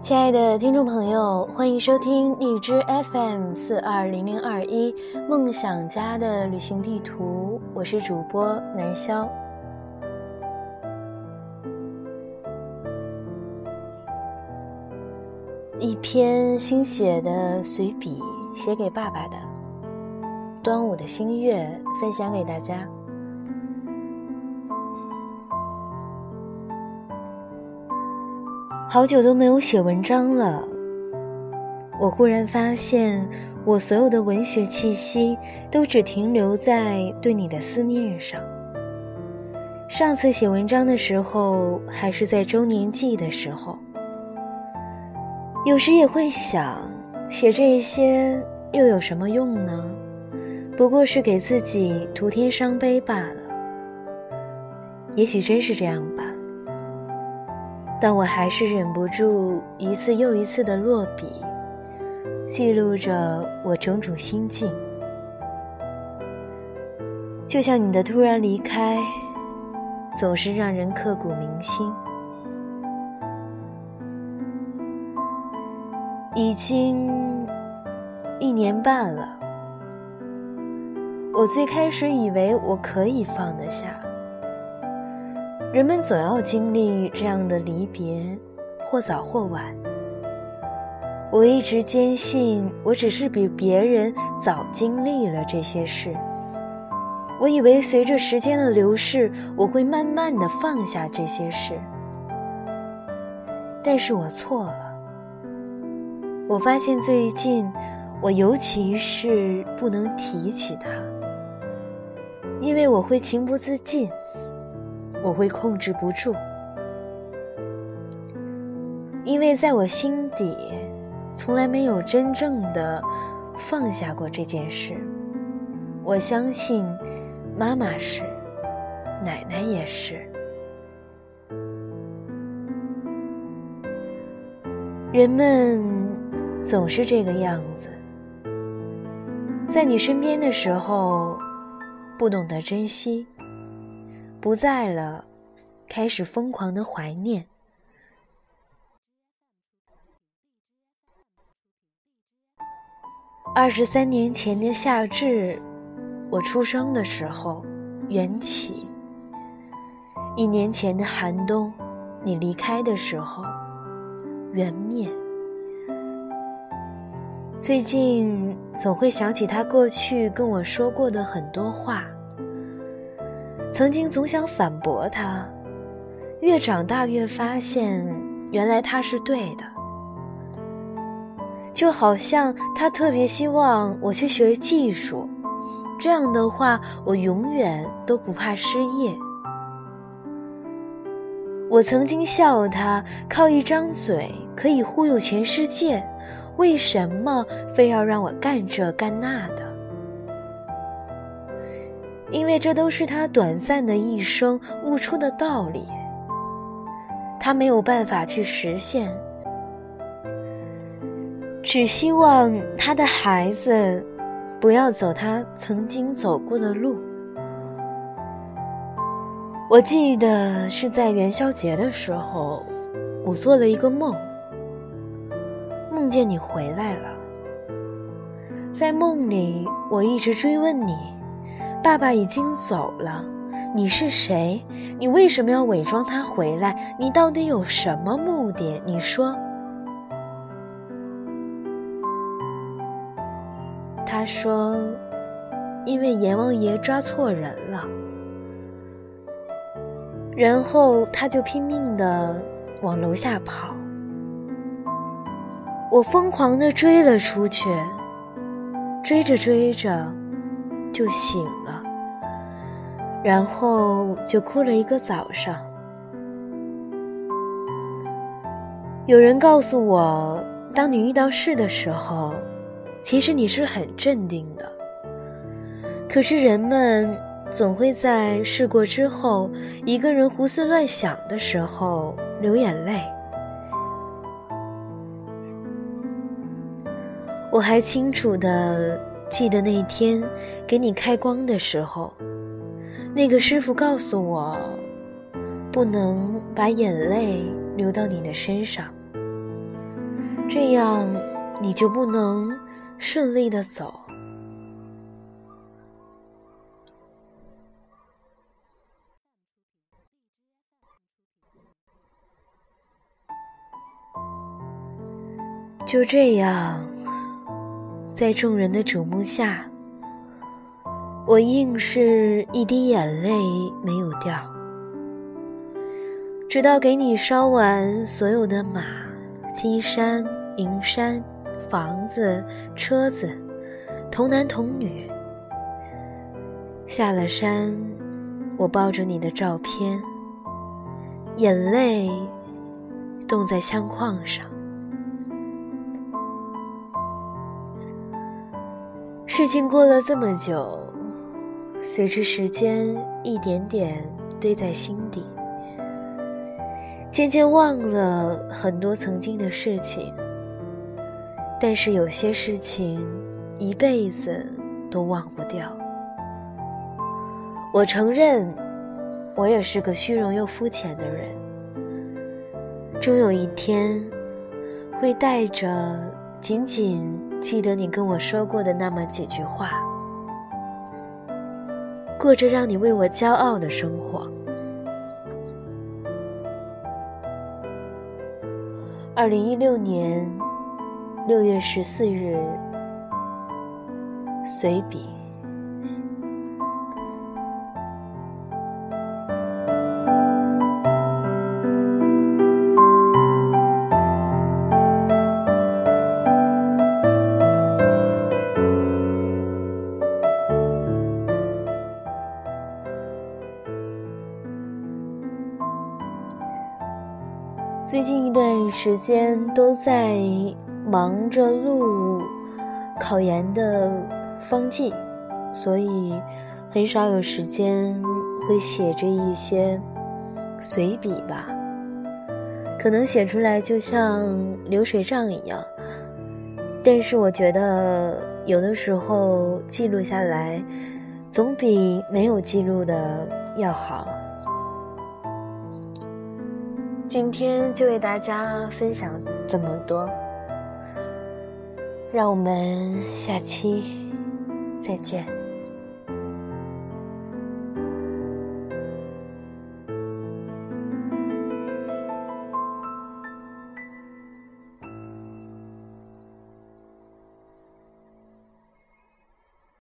亲爱的听众朋友，欢迎收听荔枝 FM420021梦想家的旅行地图，我是主播南潇。一篇新写的随笔，写给爸爸的，端午的新月，分享给大家。好久都没有写文章了，我忽然发现我所有的文学气息都只停留在对你的思念上。上次写文章的时候还是在周年祭的时候，有时也会想，写这些又有什么用呢？不过是给自己徒添伤悲罢了。也许真是这样吧，但我还是忍不住一次又一次的落笔，记录着我种种心境。就像你的突然离开，总是让人刻骨铭心。已经1年半了，我最开始以为我可以放得下。人们总要经历这样的离别，或早或晚。我一直坚信，我只是比别人早经历了这些事。我以为随着时间的流逝，我会慢慢地放下这些事。但是我错了。我发现最近，我尤其是不能提起它，因为我会情不自禁。我会控制不住，因为在我心底从来没有真正的放下过这件事。我相信妈妈是，奶奶也是。人们总是这个样子，在你身边的时候不懂得珍惜，不在了，开始疯狂的怀念。23年前的夏至，我出生的时候，缘起；1年前的寒冬，你离开的时候，缘灭。最近总会想起他过去跟我说过的很多话。曾经总想反驳他，越长大越发现原来他是对的。就好像他特别希望我去学技术，这样的话我永远都不怕失业。我曾经笑他靠一张嘴可以忽悠全世界，为什么非要让我干这干那的？因为这都是他短暂的一生悟出的道理，他没有办法去实现，只希望他的孩子不要走他曾经走过的路。我记得是在元宵节的时候，我做了一个梦，梦见你回来了。在梦里，我一直追问你，爸爸已经走了，你是谁？你为什么要伪装他回来？你到底有什么目的？你说。他说，因为阎王爷抓错人了。然后他就拼命地往楼下跑。我疯狂地追了出去，追着追着就醒了，然后就哭了一个早上。有人告诉我，当你遇到事的时候，其实你是很镇定的。可是人们总会在事过之后，一个人胡思乱想的时候流眼泪。我还清楚地记得那天给你开光的时候，那个师傅告诉我，不能把眼泪流到你的身上。 这样你就不能顺利地走。就这样，在众人的瞩目下，我硬是一滴眼泪没有掉，直到给你烧完所有的马、金山、银山、房子、车子，童男童女。下了山，我抱着你的照片，眼泪冻在相框上。事情过了这么久，随着时间一点点堆在心底，渐渐忘了很多曾经的事情，但是有些事情一辈子都忘不掉。我承认，我也是个虚荣又肤浅的人，终有一天会带着仅仅记得你跟我说过的那么几句话，过着让你为我骄傲的生活。2016年6月14日，随笔。最近一段时间都在忙着录考研的方剂，所以很少有时间会写着一些随笔吧，可能写出来就像流水账一样，但是我觉得有的时候记录下来总比没有记录的要好。今天就为大家分享这么多，让我们下期再见。